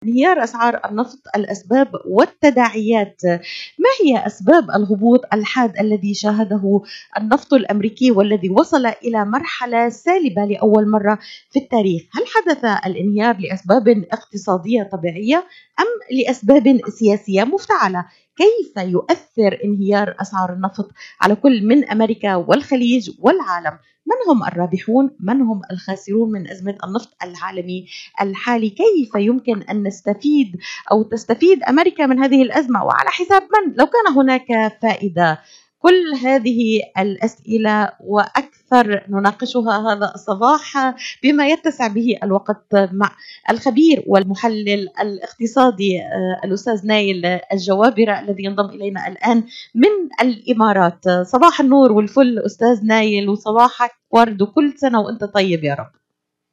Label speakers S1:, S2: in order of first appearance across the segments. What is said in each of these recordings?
S1: انهيار أسعار النفط، الأسباب والتداعيات. ما هي أسباب الهبوط الحاد الذي شاهده النفط الأمريكي والذي وصل إلى مرحلة سالبة لأول مرة في التاريخ؟ هل حدث الانهيار لأسباب اقتصادية طبيعية أم لأسباب سياسية مفتعلة؟ كيف يؤثر انهيار أسعار النفط على كل من أمريكا والخليج والعالم؟ من هم الرابحون؟ من هم الخاسرون من أزمة النفط العالمي الحالي؟ كيف يمكن أن نستفيد أو تستفيد أمريكا من هذه الأزمة، وعلى حساب من لو كان هناك فائدة؟ كل هذه الأسئلة وأكثر نناقشها هذا الصباح بما يتسع به الوقت مع الخبير والمحلل الاقتصادي الأستاذ نايل الجوابرة الذي ينضم إلينا الآن من الإمارات. صباح النور والفل أستاذ نايل، وصباحك ورد وكل سنة وأنت طيب يا رب.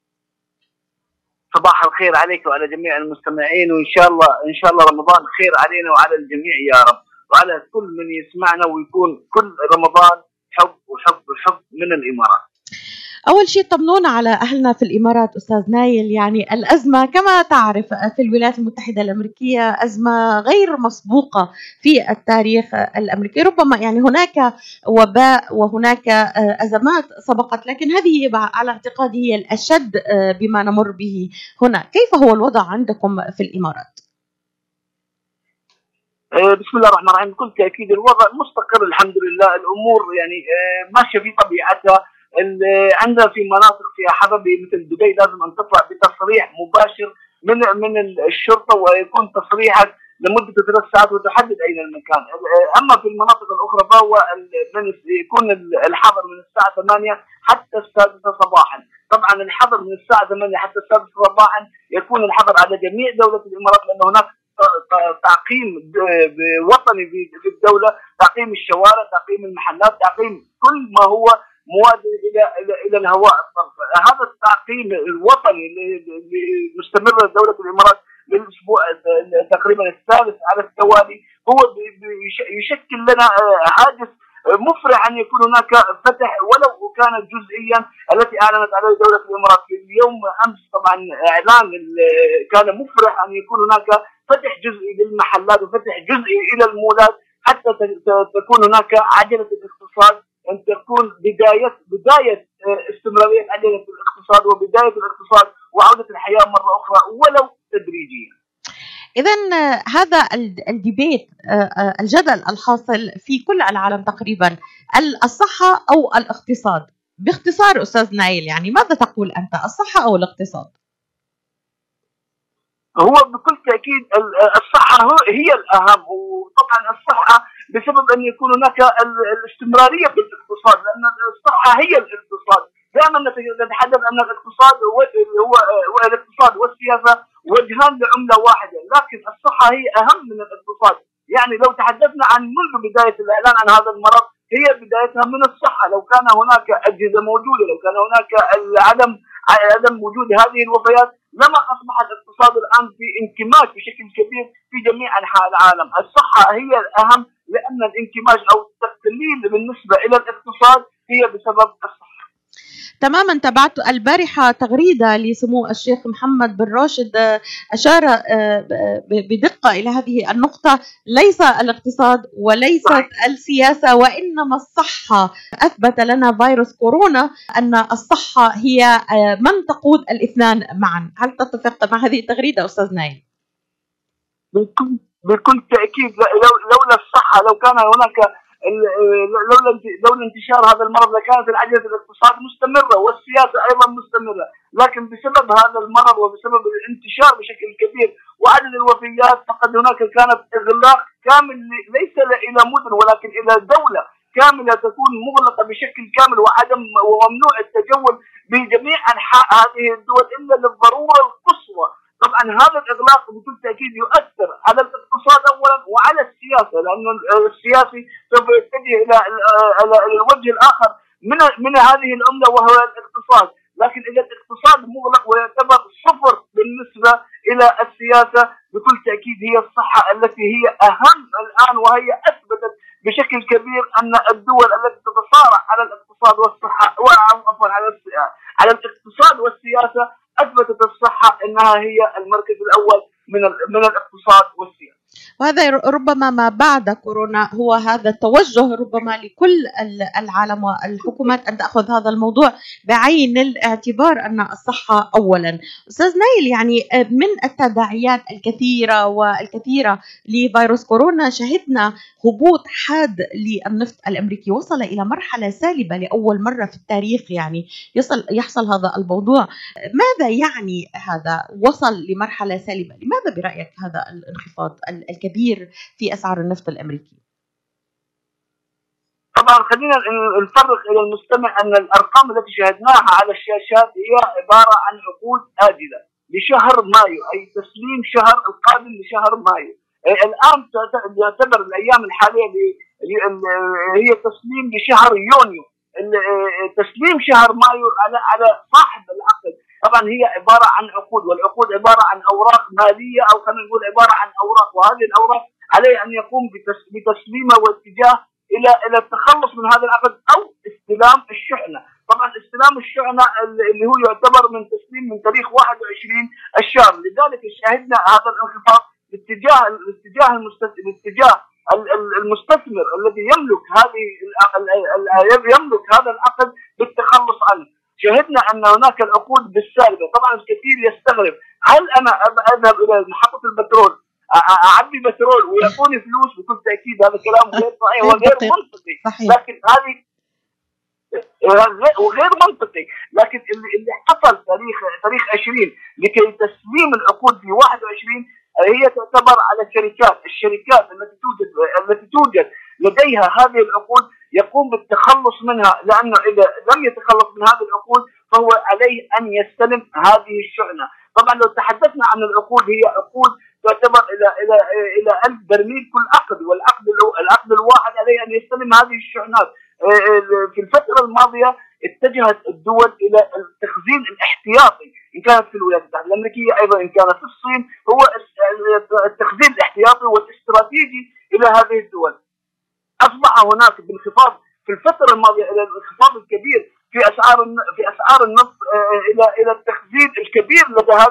S2: صباح الخير عليك وعلى جميع المستمعين، وإن شاء الله رمضان خير علينا وعلى الجميع يا رب، وعلى كل من يسمعنا، ويكون كل رمضان حب وحب وحب من الإمارات.
S1: أول شيء طمنونا على أهلنا في الإمارات أستاذ نايل. يعني الأزمة كما تعرف في الولايات المتحدة الأمريكية أزمة غير مسبوقة في التاريخ الأمريكي، ربما يعني هناك وباء وهناك أزمات سبقت، لكن هذه على اعتقادي هي الأشد بما نمر به هنا. كيف هو الوضع عندكم في الإمارات؟
S2: بسم الله الرحمن الرحيم. بكل تأكيد الوضع مستقر الحمد لله، الأمور يعني ماشية في طبيعتها. عندنا في مناطق فيها حربي مثل دبي لازم أن تطلع بتصريح مباشر من الشرطة، ويكون تصريحك لمدة 3 ساعات وتحدد أين المكان. أما في المناطق الأخرى فهو يكون الحظر من الساعة 8 حتى السادسة صباحا. طبعا الحظر من الساعة 8 حتى السادسة صباحا يكون الحظر على جميع دولة الإمارات، لأن هناك تعقيم وطني في الدولة، تعقيم الشوارع، تعقيم المحلات، تعقيم كل ما هو موازي الى الهواء الطلق. هذا التعقيم الوطني اللي مستمر دولة الامارات للاسبوع تقريبا الثالث على التوالي هو يشكل لنا حاجز مفرح ان يكون هناك فتح ولو كان جزئيا، التي اعلنت عليه دولة الامارات في اليوم امس. طبعا اعلان كان مفرح ان يكون هناك فتح جزئي للمحلات وفتح جزئي الى المولات، حتى تكون هناك عجلة الاقتصاد، أن تكون بداية استمرارية عجلة الاقتصاد وبداية الاقتصاد وعودة الحياة مرة أخرى ولو تدريجيا.
S1: إذن هذا الديبيت، الجدل الحاصل في كل العالم تقريبا، الصحة أو الاقتصاد؟ باختصار أستاذ نايل، يعني ماذا تقول أنت، الصحة أو الاقتصاد؟
S2: هو بكل تأكيد الصحة هي الأهم، وطبعا الصحة بسبب أن يكون هناك الاستمرارية في الاقتصاد، لأن الصحة هي الاقتصاد. دائما نتحدث أن الاقتصاد هو الاقتصاد والسياسة وجهان لعملة واحدة، لكن الصحة هي أهم من الاقتصاد. يعني لو تحدثنا عن منذ بداية الإعلان عن هذا المرض، هي بدايتها من الصحة. لو كان هناك أجهزة موجودة، لو كان هناك عدم وجود هذه الوفيات، لما أصبح الاقتصاد الآن في انكماش بشكل كبير في جميع أنحاء العالم. الصحة هي الأهم، لأن الانكماش أو التقليل بالنسبة إلى الاقتصاد هي بسبب الصحة.
S1: تماما. تابعت البارحة تغريدة لسمو الشيخ محمد بن راشد أشار بدقة إلى هذه النقطة، ليس الاقتصاد وليست السياسة وإنما الصحة. أثبت لنا فيروس كورونا أن الصحة هي من تقود الاثنان معا. هل تتفق مع هذه التغريدة أستاذ نايل؟
S2: بكل تأكيد. لولا الصحة، لو كان هناك لولا انتشار هذا المرض لكانت العجلة الاقتصاد مستمرة والسياسة أيضا مستمرة، لكن بسبب هذا المرض وبسبب الانتشار بشكل كبير وعدد الوفيات، فقد هناك كانت إغلاق كامل ليس إلى مدن ولكن إلى دولة كاملة تكون مغلقة بشكل كامل وممنوع التجول بجميع أنحاء هذه الدول إلا للضرورة القصوى. طبعا هذا الإغلاق بكل تأكيد يؤثر على الاقتصاد أولا وعلى السياسة، لأن السياسي سوف يتجه إلى الوجه الآخر من هذه العملة وهو الاقتصاد. لكن إذا الاقتصاد مغلق ويعتبر صفر بالنسبة إلى السياسة، بكل تأكيد هي الصحة التي هي أهم الآن، وهي أثبتت بشكل كبير أن الدول التي تتصارع على الاقتصاد والصحة على الاقتصاد والسياسة أثبتت الصحة أنها هي المركز الأول من الاقتصاد والسياسه.
S1: وهذا ربما ما بعد كورونا هو هذا التوجه ربما لكل العالم والحكومات أن تأخذ هذا الموضوع بعين الاعتبار أن الصحة أولا. أستاذ نايل، يعني من التداعيات الكثيرة والكثيرة لفيروس كورونا شهدنا هبوط حاد للنفط الأمريكي، وصل إلى مرحلة سالبة لأول مرة في التاريخ، يعني يحصل هذا الموضوع. ماذا يعني هذا؟ وصل لمرحلة سالبة، لماذا برأيك هذا الانخفاض الكبير في أسعار النفط الأمريكي؟
S2: طبعا خلينا نفرق إلى المستمع أن الأرقام التي شاهدناها على الشاشات هي عبارة عن عقود آجلة لشهر مايو، أي تسليم شهر القادم لشهر مايو. الآن تعتبر الأيام الحالية هي تسليم لشهر يونيو. تسليم شهر مايو على صاحب العقد. طبعا هي عبارة عن عقود، والعقود عبارة عن أوراق مالية، أو خلينا نقول عبارة عن أوراق، وهذه الأوراق عليه أن يقوم بتسليمها واتجاه إلى التخلص من هذا العقد أو استلام الشحنة. طبعا استلام الشحنة اللي هو يعتبر من تسليم من تاريخ 21 الشهر. لذلك شاهدنا هذا الانخفاض باتجاه المستثمر الذي يملك هذا العقد بالتخلص عنه. شاهدنا أن هناك العقود بالسالبة. طبعا الكثير يستغرب، هل أنا أذهب إلى محطة البترول أعبي بترول ويعطوني فلوس؟ بكل تأكيد هذا كلام غير صحيح وغير منطقي. لكن هذه وغير منطقي. لكن اللي حصل تاريخ 20 لكي تسليم العقود في 21 هي تعتبر على الشركات التي توجد لديها هذه العقود يقوم بالتخلص منها، لأنه إذا لم يتخلص من هذه العقود فهو عليه أن يستلم هذه الشحنة. طبعا لو تحدثنا عن العقود، هي عقود تعتبر إلى 1000 برميل كل عقد، والعقد الواحد عليه أن يستلم هذه الشحنات. في الفترة الماضية اتجهت الدول إلى التخزين الاحتياطي، إن كانت في الولايات المتحدة الأمريكية، أيضا إن كانت في الصين، هو التخزين الاحتياطي والاستراتيجي إلى هذه الدول. أصبح هناك بانخفاض في الفترة الماضية إلى الانخفاض الكبير في أسعار النفط، إلى التخزين الكبير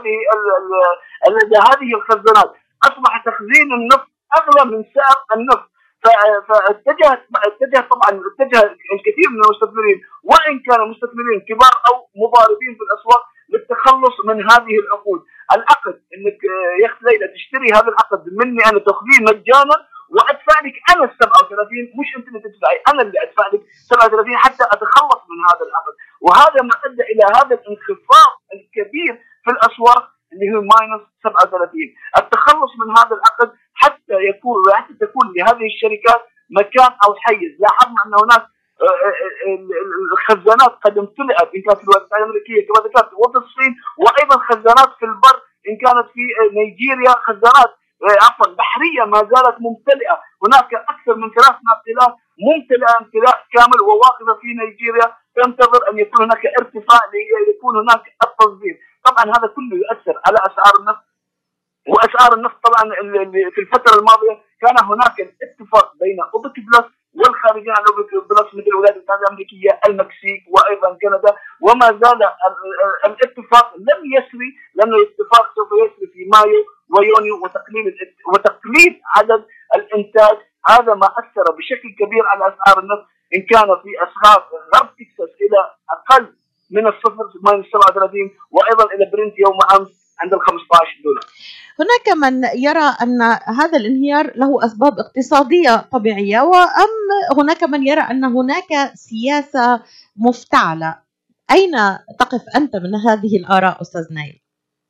S2: لدى هذه الخزانات. أصبح تخزين النفط أغلى من سعر النفط. فاتجه الكثير من المستثمرين، وإن كانوا مستثمرين كبار أو مضاربين في الأسواق، للتخلص من هذه العقود. العقد انك يا اخت ليلى تشتري هذا العقد مني انا، تاخذيه مجانا وادفع لك انا ال 37، مش انت اللي تدفعي، انا اللي ادفع لك 37 حتى اتخلص من هذا العقد. وهذا ما ادى الى هذا الانخفاض الكبير في الاسواق اللي هو ماينس 37. التخلص من هذا العقد حتى تكون لهذه الشركات مكان او حيز. لاحظنا ان هناك الخزانات قد امتلأت، إن كانت في الولايات المتحدة الأمريكية كما ذكرت وفي الصين، وأيضا خزانات في البر إن كانت في نيجيريا، خزانات بحرية ما زالت ممتلئة. هناك أكثر من 3 ناقلات ممتلئة امتلاء كامل وواقفة في نيجيريا تنتظر أن يكون هناك ارتفاع ليكون هناك التصدير. طبعا هذا كله يؤثر على أسعار النفط. وأسعار النفط طبعا في الفترة الماضية كان هناك اتفاق بين أوبك بلس والخارجين عن أوبك بلس مثل الولايات المتحدة الأمريكية، المكسيك، وأيضا كندا، وما زال الاتفاق لم يسري، لأن الاتفاق سوف يسري في مايو ويونيو، وتقليل عدد الإنتاج. هذا ما أثر بشكل كبير على أسعار النفط، إن كان في أسعار غرب تكساس إلى أقل من الصفر ماينس 37، وأيضا إلى برنت يوم أمس عند $15.
S1: هناك من يرى أن هذا الانهيار له أسباب اقتصادية طبيعية، وأم هناك من يرى أن هناك سياسة مفتعلة. أين تقف أنت من هذه الآراء أستاذ نايل؟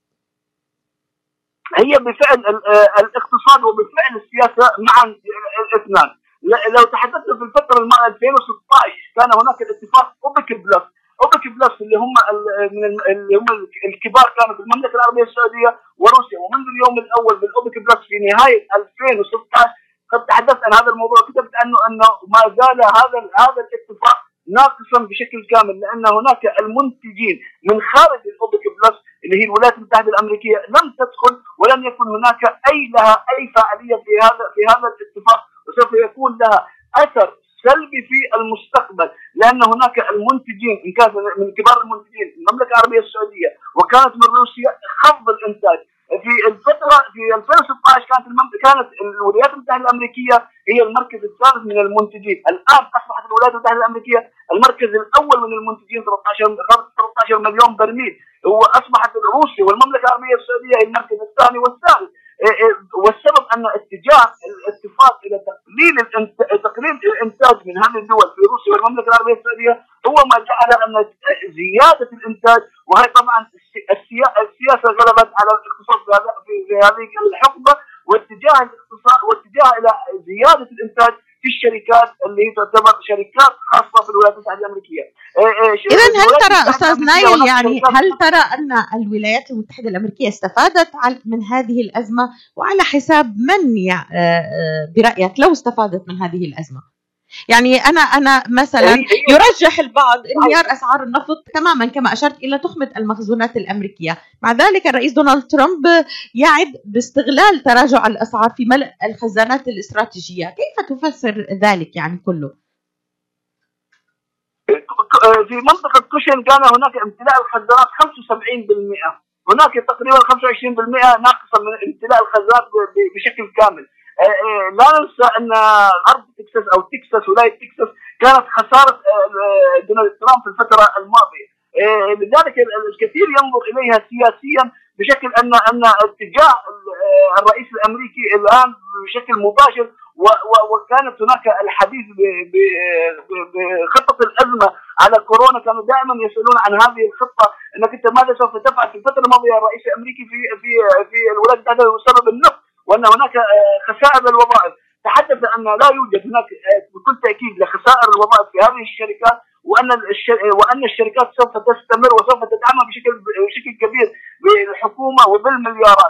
S2: هي بفعل الاقتصاد وبفعل السياسة معا الاثنان. لو تحدثنا في الفترة الماضية 2016 كان هناك الاتفاق أوبك بلس اللي هم الكبار كانوا في المملكة العربية السعودية وروسيا. ومنذ اليوم الأول بالأوبك بلس في نهاية 2016 قد تحدثت عن هذا الموضوع، كتبت أنه ما زال هذا الاتفاق ناقصا بشكل كامل، لأن هناك المنتجين من خارج الأوبك بلس اللي هي الولايات المتحدة الأمريكية لم تدخل، ولم يكن هناك لها أي فاعلية في هذا الاتفاق، وسوف يكون لها أثر سلبي في المستقبل، لأن هناك المنتجين إن كانت من كبار المنتجين المملكة العربية السعودية وكانت من روسيا خفض الإنتاج. في الفتره في 2016 كانت الولايات المتحده الامريكيه هي المركز الثالث من المنتجين. الان اصبحت الولايات المتحده الامريكيه المركز الاول من المنتجين 13 مليون برميل. هو اصبحت روسيا والمملكه العربيه السعوديه هي المركز الثاني والثالث. والسبب ان اتجاه الاتفاق الى تقليل الانتاج من هذه الدول في روسيا والمملكه العربيه السعوديه هو ما جعل ان زياده الانتاج، وهي طبعا السياسه غلبت على الاقتصاد في هذه الحقبه، واتجاه الاقتصاد واتجاه الى زياده الانتاج في الشركات اللي هي تعتبر شركات خاصه في الولايات المتحده الامريكيه.
S1: إذن هل ترى أستاذ نايل، يعني هل ترى أن الولايات المتحدة الأمريكية استفادت من هذه الأزمة، وعلى حساب من برأيك لو استفادت من هذه الأزمة؟ يعني أنا مثلا يرجح البعض انهيار أسعار النفط تماما كما أشرت إلى تخمة المخزونات الأمريكية، مع ذلك الرئيس دونالد ترامب يعد باستغلال تراجع الأسعار في ملء الخزانات الاستراتيجية. كيف تفسر ذلك يعني كله؟
S2: في منطقة كوشن كان هناك امتلاء الخزانات 75%، هناك تقريبا 25% ناقصة من امتلاء الخزانات بشكل كامل. لا ننسى أن أرض تكساس أو تكساس، ولاية تكساس كانت خسارة دونالد ترامب في الفترة الماضية. لذلك الكثير ينظر إليها سياسيا بشكل أن اتجاه الرئيس الأمريكي الآن بشكل مباشر، وكانت هناك الحديث بخطة الأزمة على كورونا. كانوا دائما يسألون عن هذه الخطة، أنك أنت ماذا سوف تفعل في الفترة الماضية الرئيس الأمريكي في الولايات المتحدة بسبب النفط، وأن هناك خسائر للوظائف. تحدث أن لا يوجد هناك بكل تأكيد لخسائر الوظائف في هذه الشركات، وأن الشركات سوف تستمر وسوف تدعمها بشكل كبير بالحكومة وبالمليارات.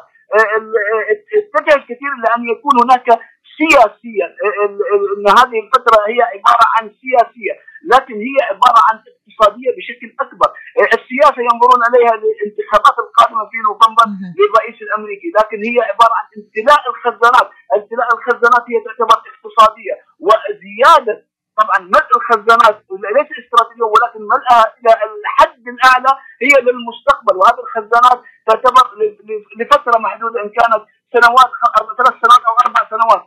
S2: اتجه الكثير لأن يكون هناك سياسيا، ان هذه الفتره هي عباره عن سياسيه، لكن هي عباره عن اقتصاديه بشكل اكبر. السياسه ينظرون اليها للانتخابات القادمه في نوفمبر للرئيس الامريكي، لكن هي عباره عن امتلاء الخزانات. امتلاء الخزانات هي تعتبر اقتصاديه، وزياده طبعا ملء الخزانات ليس استراتيجيه، ولكن ملئها الى الحد الاعلى هي للمستقبل. وهذه الخزانات تعتبر لفتره محدوده، ان كانت سنوات 3 سنوات او 4 سنوات.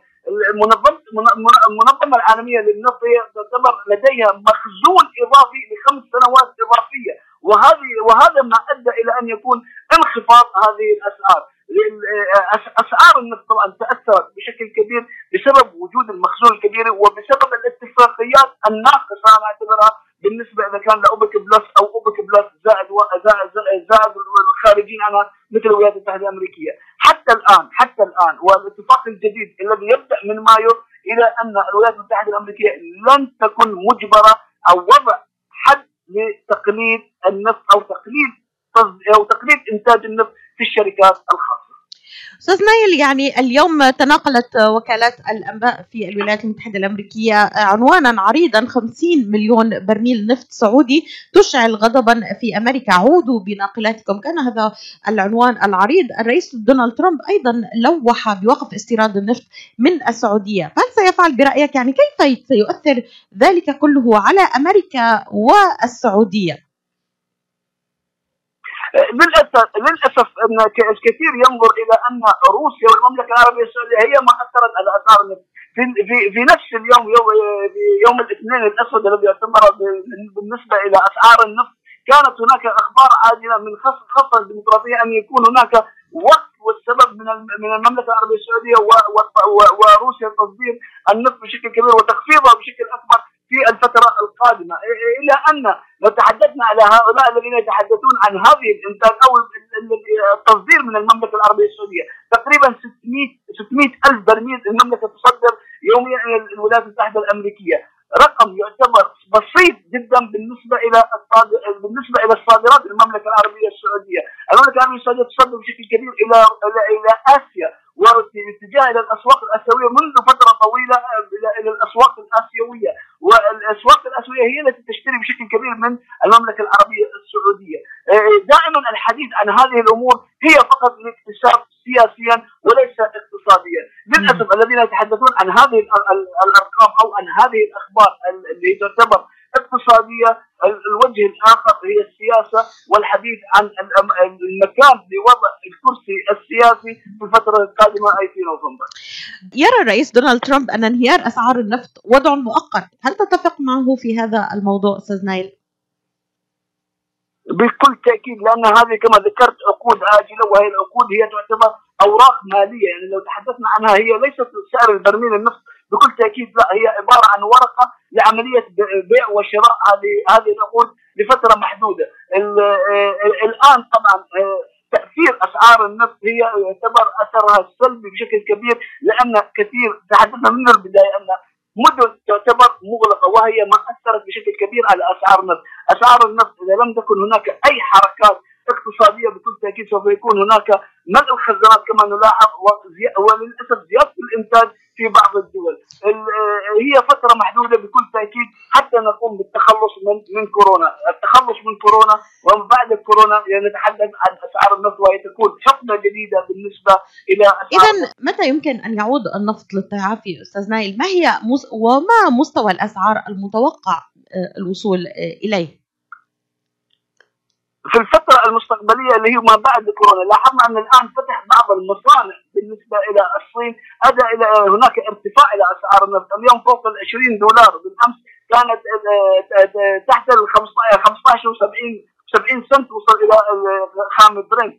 S2: المنظمة العالمية للنفط تعتبر لديها مخزون إضافي ل5 سنوات إضافية، وهذا ما أدى إلى أن يكون انخفاض هذه الأسعار. أسعار النفط طبعا تأثرت بشكل كبير بسبب وجود المخزون الكبير، وبسبب الاتفاقيات الناقصة أنا أعتبرها بالنسبة إذا كان لأوبك بلس أو أوبك بلس زائد الخارجين عنها مثل الولايات المتحدة الأمريكية. حتى الآن والاتفاق الجديد الذي يبدأ من مايو إلى أن الولايات المتحدة الأمريكية لن تكن مجبرة أو وضع حد لتقليل النفط أو تقليل إنتاج النفط في الشركات الخاصة.
S1: أستاذ نايل، يعني اليوم تناقلت وكالات الأنباء في الولايات المتحدة الأمريكية عنوانا عريضا: 50 مليون برميل نفط سعودي تشعل غضبا في أمريكا، عودوا بناقلاتكم. كان هذا العنوان العريض. الرئيس دونالد ترامب أيضا لوح بوقف استيراد النفط من السعودية، فهل سيفعل برأيك؟ يعني كيف سيؤثر ذلك كله على أمريكا والسعودية؟
S2: للأسف أن الكثير ينظر إلى أن روسيا والمملكة العربية السعودية هي ما أثرت على أسعار النفط. في نفس اليوم، يوم الاثنين الأسود الذي يعتبر بالنسبة إلى أسعار النفط، كانت هناك أخبار عاجلة من خاصة الديمقراطية أن يكون هناك وقت، والسبب من المملكة العربية السعودية وروسيا تصدير النفط بشكل كبير وتخفيضه بشكل أكبر في الفترة القادمة. إلى أن لو تحدثنا على هؤلاء الذين يتحدثون عن هذه الإنتاج أو التصدير من المملكة العربية السعودية، تقريبا 600 ألف برميل المملكة تصدر يوميا إلى الولايات المتحدة الأمريكية. رقم يعتبر بسيط جدا بالنسبة إلى الصادرات المملكة العربية السعودية. المملكة العربية السعودية تصدر بشكل كبير إلى آسيا، والاتجاه إلى الأسواق الآسيوية منذ فترة طويلة إلى الأسواق الآسيوية، والأسواق الآسيوية هي التي تشتري بشكل كبير من المملكة العربية السعودية. دائما الحديث عن هذه الأمور هي فقط لاكتساب سياسيا وليس اقتصاديا. للأسف الذين يتحدثون عن هذه الأرقام أو عن هذه الأخبار اللي تعتبر اقتصادية. الوجه الآخر هي السياسة والحديث عن المكان لوضع الكرسي السياسي في الفترة القادمة أي في نوفمبر.
S1: يرى الرئيس دونالد ترامب أن انهيار أسعار النفط وضع مؤقت، هل تتفق معه في هذا الموضوع أستاذ نايل؟
S2: بكل تأكيد، لأن هذه كما ذكرت عقود آجلة، وهي العقود هي تعتبر أوراق مالية. يعني لو تحدثنا عنها هي ليست سعر البرميل النفط بكل تأكيد، لا، هي عبارة عن ورقة لعملية بيع وشراء هذه العقود لفترة محدودة. الآن طبعا تأثير أسعار النفط هي يعتبر أثرها السلبي بشكل كبير، لأن كثير تحدثنا من البداية أن مدن تعتبر مغلقة، وهي ما أثرت بشكل كبير على أسعار النفط. أسعار النفط إذا لم تكن هناك أي حركات اقتصادية بكل تأكيد سوف يكون هناك ملء الخزانات كما نلاحظ، وللأسف زيادة الإنتاج في بعض الدول. هي فترة محدودة بكل تأكيد حتى نقوم بالتخلص من كورونا. التخلص من كورونا ومن بعد الكورونا نتحدث عن أسعار النفط، وهي تكون حقبة جديدة بالنسبة إلى أسعار.
S1: إذن متى يمكن أن يعود النفط للتعافي أستاذ نايل؟ ما هي وما مستوى الأسعار المتوقع الوصول إليه
S2: في الفترة المستقبلية اللي هي ما بعد كورونا؟ لاحظنا أن الآن فتح بعض المصانع بالنسبة إلى الصين، أدى إلى هناك ارتفاع إلى أسعار النفط. اليوم فوق $20، بالأمس كانت تحت ال 15 و70 سنت، وصل إلى خام برنت.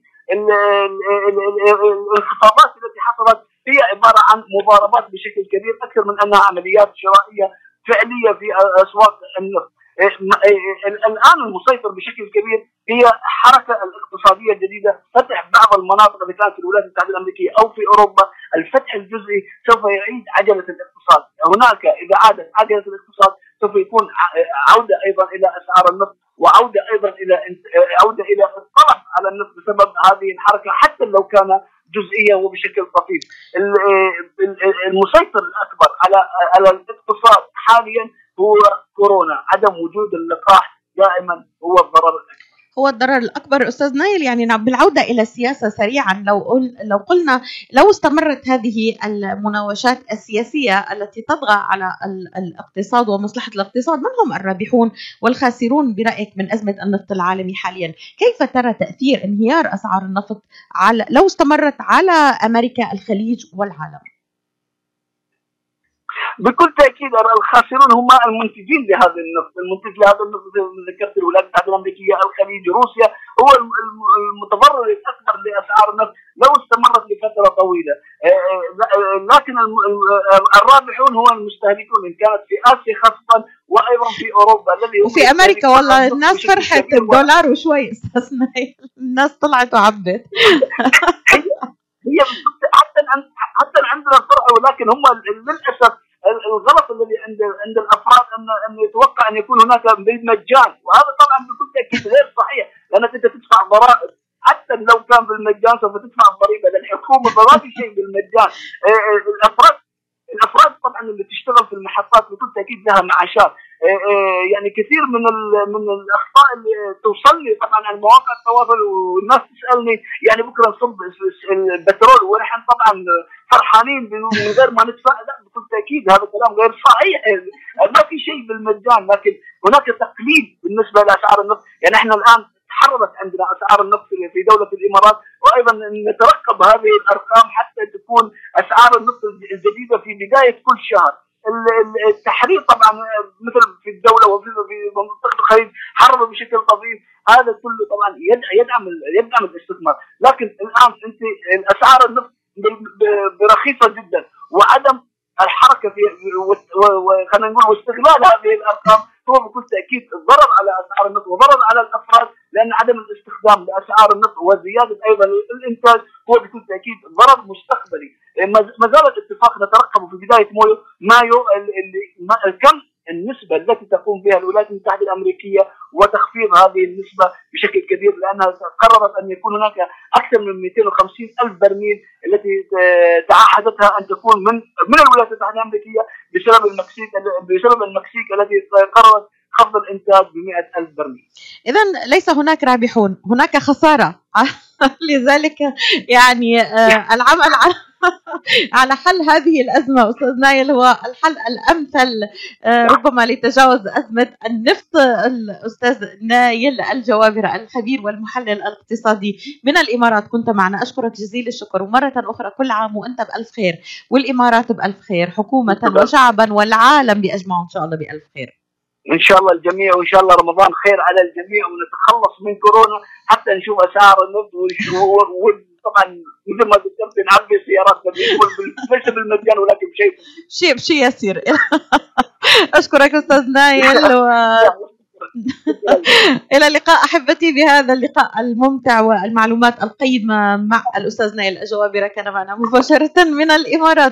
S2: الانخفاضات التي حصلت هي عبارة عن مضاربات بشكل كبير أكثر من أنها عمليات شرائية فعلية في أسواق النفط. الآن المسيطر بشكل كبير هي حركة الاقتصادية الجديدة، فتح بعض المناطق اللي كانت في الولايات المتحدة الأمريكية أو في أوروبا. الفتح الجزئي سوف يعيد عجلة الاقتصاد. هناك إذا عادت عجلة الاقتصاد سوف يكون عودة أيضا إلى أسعار النفط، وعودة أيضا إلى الطلب على النفط بسبب هذه الحركة حتى لو كان جزئيا وبشكل طفيف. المسيطر الأكبر على الاقتصاد حاليا هو كورونا. عدم وجود اللقاح دائما هو الضرر
S1: الأكبر أستاذ نايل. يعني بالعودة إلى السياسة سريعا، لو قلنا لو استمرت هذه المناوشات السياسية التي تطغى على الاقتصاد ومصلحة الاقتصاد، من هم الرابحون والخاسرون برأيك من أزمة النفط العالمي حاليا؟ كيف ترى تأثير انهيار أسعار النفط لو استمرت على أمريكا، الخليج والعالم؟
S2: بكل تأكيد الخاسرون هم المنتجين لهذا النفط. المنتج لهذا النفط زي ما ذكرت الولايات المتحدة الأمريكية، الخليج، روسيا، هو المتضرر الأكبر لأسعار النفط لو استمرت لفترة طويلة. لكن الرابحون هو المستهلكون، إن كانت في آسيا خاصة وأيضا في أوروبا
S1: وفي أمريكا. والله الناس فرحت الدولار وشوي أستاذ نايل، الناس طلعت وعبت.
S2: هي حتى عندنا فرح، ولكن هم للأسف الغلط الذي عند الافراد ان يتوقع ان يكون هناك بالمجان، وهذا طبعا بكل تاكيد غير صحيح، لانك انت تدفع ضرائب. حتى لو كان بالمجان سوف تدفع ضريبه للحكومه، فما في شيء بالمجان. الافراد طبعا اللي تشتغل في المحطات بكل تاكيد لها معاشات. يعني كثير من الاخطاء اللي توصل لي طبعا على مواقع التواصل، والناس تسالني يعني بكره نصب البترول ونحن طبعا فرحانين من غير ما ندفع. لا، بكل تاكيد هذا كلام غير صحيح. ما في شيء بالمجان، لكن هناك تقليد بالنسبه لاسعار النفط. يعني احنا الان تحررت عندنا اسعار النفط في دوله الامارات، وايضا نترقب هذه الارقام حتى تكون اسعار النفط الجديده في بدايه كل شهر. التحرير طبعا مثل في الدوله وفي منطقه الخليج حرروا بشكل طفيف، هذا كله طبعا يدعم الاستثمار. لكن الان انت اسعار النفط برخيصه جدا، وعدم الحركه في خلينا نقول واستغلال هذه الارقام هو بكل تاكيد ضرر على اسعار النفط وضرر على الافراد، لان عدم الاستخدام لاسعار النفط وزياده ايضا الانتاج هو بكل تاكيد ضرر مستقبلي. ما زال الاتفاق نترقبه في بدايه مايو كم النسبة التي تقوم بها الولايات المتحدة الأمريكية وتخفيض هذه النسبة بشكل كبير، لأنها قررت أن يكون هناك أكثر من 250,000 برميل التي تعهدتها أن تكون من الولايات المتحدة الأمريكية بسبب المكسيك التي قررت خفض الإنتاج ب100,000 برميل.
S1: إذن ليس هناك رابحون، هناك خسارة لذلك يعني العمل على حل هذه الأزمة أستاذ نايل هو الحل الأمثل ربما لتجاوز أزمة النفط. الأستاذ نايل الجوابرة الخبير والمحلل الاقتصادي من الإمارات كنت معنا، أشكرك جزيل الشكر، ومرة أخرى كل عام وأنت بألف خير والإمارات بألف خير حكومة وشعبا والعالم بأجمعه إن شاء الله بألف خير.
S2: ان شاء الله الجميع، وان شاء الله رمضان خير على الجميع ونتخلص من كورونا حتى نشوف اسعار النفط والشهور، وطبعا مثل ما ذكرت نعبي سياراتنا ليس بالمجان ولكن
S1: بشيء يسير. اشكرك استاذ نايل الى اللقاء احبتي بهذا اللقاء الممتع والمعلومات القيمه مع الاستاذ نايل الجوابرة كان معنا مباشره من الامارات.